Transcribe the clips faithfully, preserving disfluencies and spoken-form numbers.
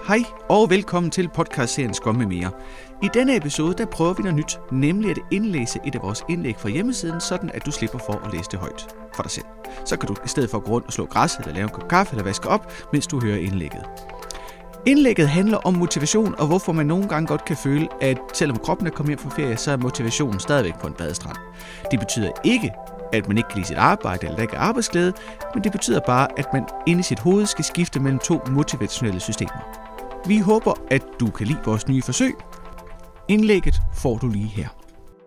Hej og velkommen til podcastserien Scrum med mere. I denne episode der prøver vi noget nyt, nemlig at indlæse et af vores indlæg fra hjemmesiden, sådan at du slipper for at læse det højt for dig selv. Så kan du i stedet for gå rundt og slå græs, eller lave en kop kaffe, eller vaske op, mens du hører indlægget. Indlægget handler om motivation, og hvorfor man nogle gange godt kan føle, at selvom kroppen er kommet hjem fra ferie, så er motivationen stadigvæk på en badestrand. Det betyder ikke, at man ikke kan lide sit arbejde eller der ikke er arbejdsglæde, men det betyder bare, at man inde i sit hoved skal skifte mellem to motivationelle systemer. Vi håber, at du kan lide vores nye forsøg. Indlægget får du lige her.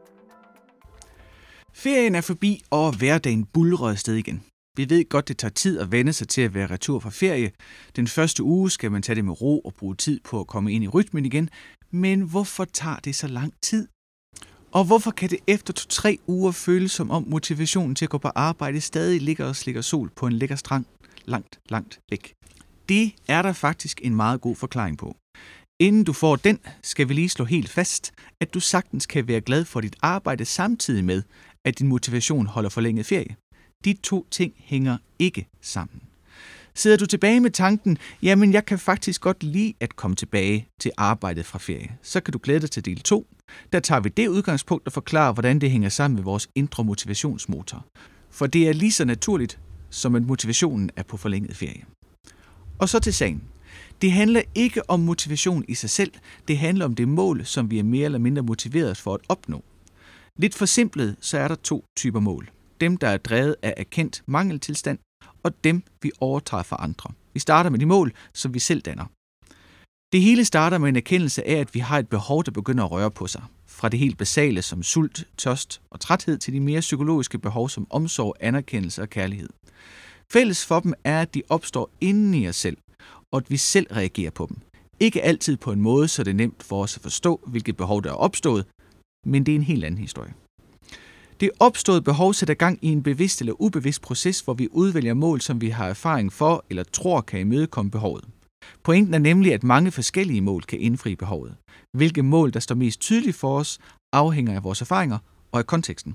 Ferien er forbi, og hverdagen buldrer afsted igen. Vi ved godt, det tager tid at vende sig til at være retur fra ferie. Den første uge skal man tage det med ro og bruge tid på at komme ind i rytmen igen. Men hvorfor tager det så lang tid? Og hvorfor kan det efter to-tre uger føles som om motivationen til at gå på arbejde stadig ligger og slikker sol på en lækker strand langt, langt væk? Det er der faktisk en meget god forklaring på. Inden du får den, skal vi lige slå helt fast, at du sagtens kan være glad for dit arbejde samtidig med, at din motivation holder forlænget ferie. De to ting hænger ikke sammen. Sidder du tilbage med tanken, jamen jeg kan faktisk godt lide at komme tilbage til arbejdet fra ferie, så kan du glæde dig til del to. Der tager vi det udgangspunkt og forklarer, hvordan det hænger sammen med vores indre motivationsmotor. For det er lige så naturligt, som at motivationen er på forlænget ferie. Og så til sagen. Det handler ikke om motivation i sig selv, det handler om det mål, som vi er mere eller mindre motiveret for at opnå. Lidt forsimplet, så er der to typer mål. Dem, der er drevet af erkendt mangeltilstand, og dem, vi overtager fra andre. Vi starter med de mål, som vi selv danner. Det hele starter med en erkendelse af, at vi har et behov, der begynder at røre på sig. Fra det helt basale som sult, tørst og træthed til de mere psykologiske behov som omsorg, anerkendelse og kærlighed. Fælles for dem er, at de opstår inden i os selv, og at vi selv reagerer på dem. Ikke altid på en måde, så det er nemt for os at forstå, hvilket behov der er opstået, men det er en helt anden historie. Det opståede behov sætter gang i en bevidst eller ubevidst proces, hvor vi udvælger mål, som vi har erfaring for eller tror kan imødekomme behovet. Pointen er nemlig, at mange forskellige mål kan indfri behovet. Hvilke mål, der står mest tydeligt for os, afhænger af vores erfaringer og af konteksten.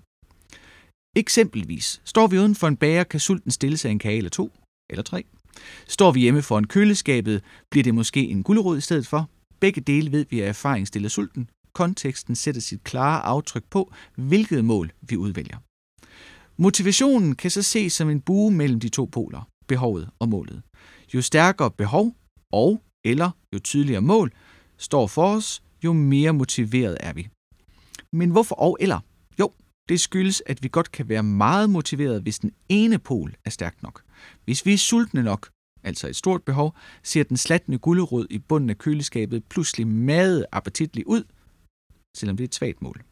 Eksempelvis, står vi uden for en bager, kan sulten stille sig en kage eller to eller tre. Står vi hjemme foran køleskabet, bliver det måske en gulerod i stedet for. Begge dele ved vi af erfaring stiller sulten. Konteksten sætter sit klare aftryk på, hvilket mål vi udvælger. Motivationen kan så ses som en bue mellem de to poler, behovet og målet. Jo stærkere behov og eller jo tydeligere mål står for os, jo mere motiveret er vi. Men hvorfor og eller? Jo, det skyldes, at vi godt kan være meget motiveret, hvis den ene pol er stærk nok. Hvis vi er sultne nok, altså et stort behov, ser den slattende gulerod i bunden af køleskabet pludselig meget appetitlig ud, selvom det er et svagt mål.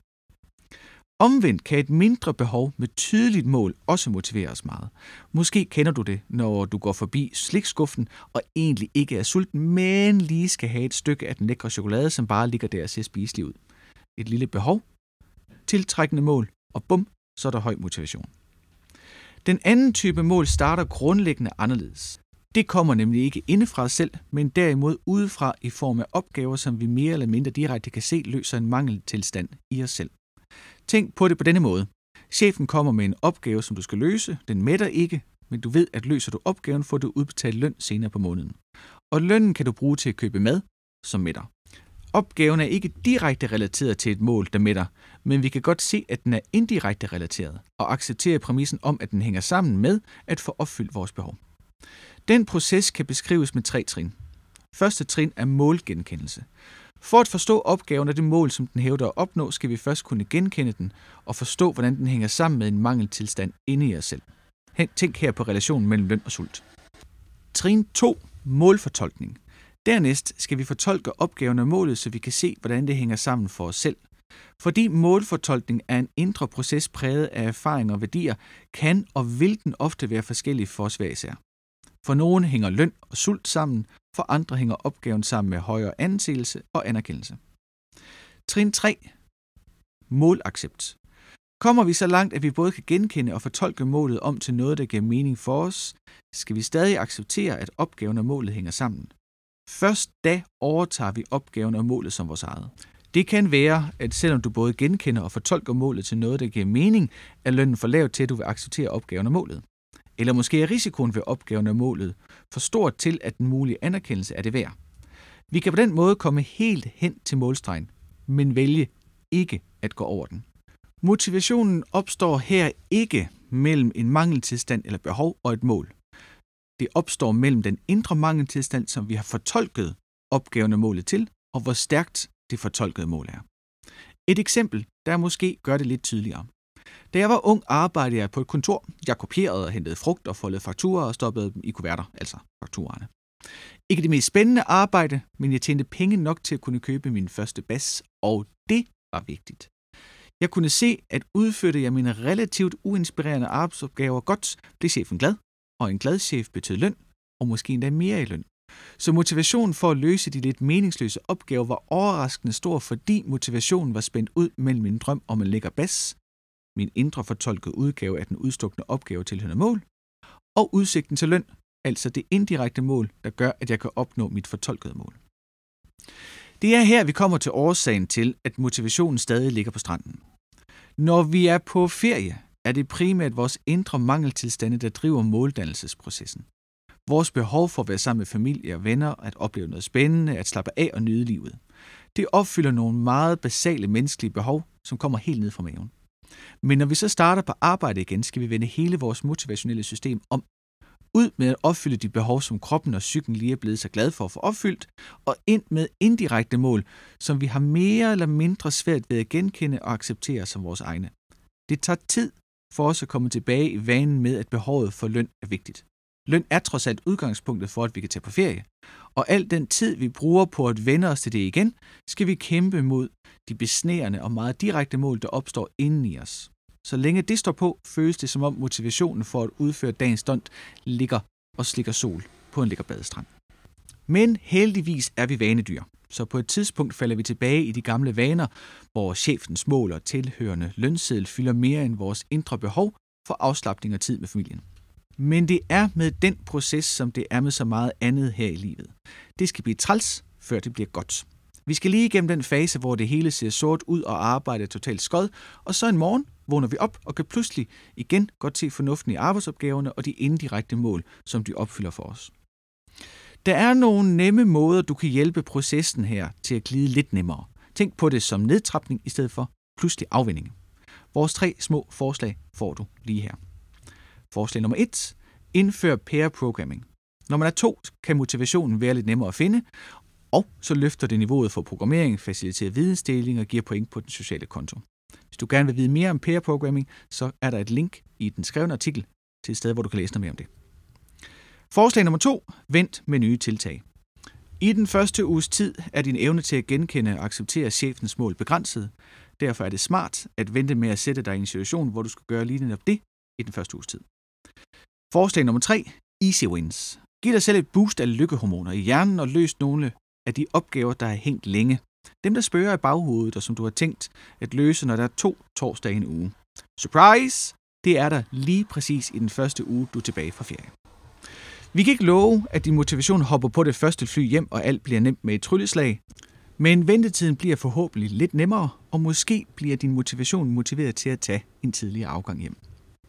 Omvendt kan et mindre behov med tydeligt mål også motivere os meget. Måske kender du det, når du går forbi slikskuffen og egentlig ikke er sulten, men lige skal have et stykke af den lækre chokolade, som bare ligger der og ser spiselig ud. Et lille behov, tiltrækkende mål, og bum, så er der høj motivation. Den anden type mål starter grundlæggende anderledes. Det kommer nemlig ikke indefra os selv, men derimod udefra i form af opgaver, som vi mere eller mindre direkte kan se løser en mangeltilstand i os selv. Tænk på det på denne måde. Chefen kommer med en opgave, som du skal løse. Den mætter ikke, men du ved, at løser du opgaven, får du udbetalt løn senere på måneden. Og lønnen kan du bruge til at købe mad, som mætter. Opgaven er ikke direkte relateret til et mål, der mætter, men vi kan godt se, at den er indirekte relateret, og acceptere præmissen om, at den hænger sammen med at få opfyldt vores behov. Den proces kan beskrives med tre trin. Første trin er målgenkendelse. For at forstå opgaven og det mål, som den hævder at opnå, skal vi først kunne genkende den og forstå, hvordan den hænger sammen med en mangeltilstand inde i os selv. Tænk her på relationen mellem løn og sult. Trin to. Målfortolkning. Dernæst skal vi fortolke opgaven og målet, så vi kan se, hvordan det hænger sammen for os selv. Fordi målfortolkning er en indre proces præget af erfaringer og værdier, kan og vil den ofte være forskellig for os hver især. For nogle hænger løn og sult sammen, for andre hænger opgaven sammen med højere anseelse og anerkendelse. Trin tre. Målaccept. Kommer vi så langt, at vi både kan genkende og fortolke målet om til noget, der giver mening for os, skal vi stadig acceptere, at opgaven og målet hænger sammen. Først da overtager vi opgaven og målet som vores eget. Det kan være, at selvom du både genkender og fortolker målet til noget, der giver mening, er lønnen for lav til, at du vil acceptere opgaven og målet. Eller måske er risikoen ved opgaven og målet for stort til, at den mulige anerkendelse er det værd. Vi kan på den måde komme helt hen til målstregen, men vælge ikke at gå over den. Motivationen opstår her ikke mellem en mangeltilstand eller behov og et mål. Det opstår mellem den indre mangeltilstand, som vi har fortolket opgaven og målet til, og hvor stærkt det fortolkede mål er. Et eksempel, der måske gør det lidt tydeligere. Da jeg var ung, arbejdede jeg på et kontor. Jeg kopierede og hentede frugt og foldede fakturer og stoppede dem i kuverter, altså fakturerne. Ikke det mest spændende arbejde, men jeg tjente penge nok til at kunne købe min første bas, og det var vigtigt. Jeg kunne se, at udførte jeg mine relativt uinspirerende arbejdsopgaver godt, blev chefen glad, og en glad chef betød løn, og måske endda mere i løn. Så motivationen for at løse de lidt meningsløse opgaver var overraskende stor, fordi motivationen var spændt ud mellem min drøm om en lækker bas, min indre fortolkede udgave af den udstukne opgave tilhørende mål, og udsigten til løn, altså det indirekte mål, der gør, at jeg kan opnå mit fortolkede mål. Det er her, vi kommer til årsagen til, at motivationen stadig ligger på stranden. Når vi er på ferie, er det primært vores indre mangeltilstande, der driver måldannelsesprocessen. Vores behov for at være sammen med familie og venner, at opleve noget spændende, at slappe af og nyde livet. Det opfylder nogle meget basale menneskelige behov, som kommer helt ned fra maven. Men når vi så starter på arbejde igen, skal vi vende hele vores motivationelle system om. Ud med at opfylde de behov, som kroppen og psyken lige er blevet så glad for at få opfyldt, og ind med indirekte mål, som vi har mere eller mindre svært ved at genkende og acceptere som vores egne. Det tager tid for os at komme tilbage i vanen med, at behovet for løn er vigtigt. Løn er trods alt udgangspunktet for, at vi kan tage på ferie. Og al den tid, vi bruger på at vende os til det igen, skal vi kæmpe mod de besnærende og meget direkte mål, der opstår inden i os. Så længe det står på, føles det som om motivationen for at udføre dagens stunt ligger og slikker sol på en lækker badestrand. Men heldigvis er vi vanedyr, så på et tidspunkt falder vi tilbage i de gamle vaner, hvor chefens mål og tilhørende lønseddel fylder mere end vores indre behov for afslapning og tid med familien. Men det er med den proces, som det er med så meget andet her i livet. Det skal blive træls, før det bliver godt. Vi skal lige igennem den fase, hvor det hele ser sort ud og arbejdet er totalt skod, og så en morgen vågner vi op og kan pludselig igen godt se fornuften i arbejdsopgaverne og de indirekte mål, som de opfylder for os. Der er nogle nemme måder, du kan hjælpe processen her til at glide lidt nemmere. Tænk på det som nedtrapning i stedet for pludselig afvinding. Vores tre små forslag får du lige her. Forslag nummer et. Indfør pair programming. Når man er to, kan motivationen være lidt nemmere at finde, og så løfter det niveauet for programmering, faciliterer vidensdeling og giver point på den sociale konto. Hvis du gerne vil vide mere om pair programming, så er der et link i den skrevne artikel til et sted, hvor du kan læse noget mere om det. Forslag nummer to. Vent med nye tiltag. I den første uges tid er din evne til at genkende og acceptere chefens mål begrænset. Derfor er det smart at vente med at sætte dig i en situation, hvor du skal gøre lige netop det i den første uges tid. Forslag nummer tre. Easy wins. Giv dig selv et boost af lykkehormoner i hjernen og løs nogle af de opgaver, der har hængt længe. Dem, der spørger i baghovedet, og som du har tænkt at løse, når der er to torsdage i en uge. Surprise! Det er der lige præcis i den første uge, du er tilbage fra ferie. Vi kan ikke love, at din motivation hopper på det første fly hjem, og alt bliver nemt med et trylleslag. Men ventetiden bliver forhåbentlig lidt nemmere, og måske bliver din motivation motiveret til at tage en tidligere afgang hjem.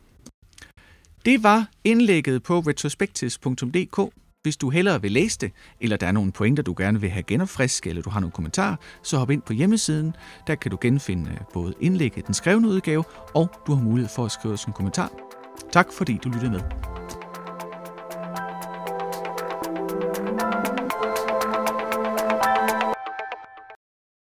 Det var indlægget på retrospectives punktum d k. Hvis du hellere vil læse det, eller der er nogle pointer, du gerne vil have genopfrisket, eller du har nogle kommentarer, så hop ind på hjemmesiden. Der kan du genfinde både indlægget, den skrevne udgave, og du har mulighed for at skrive os en kommentar. Tak fordi du lyttede med.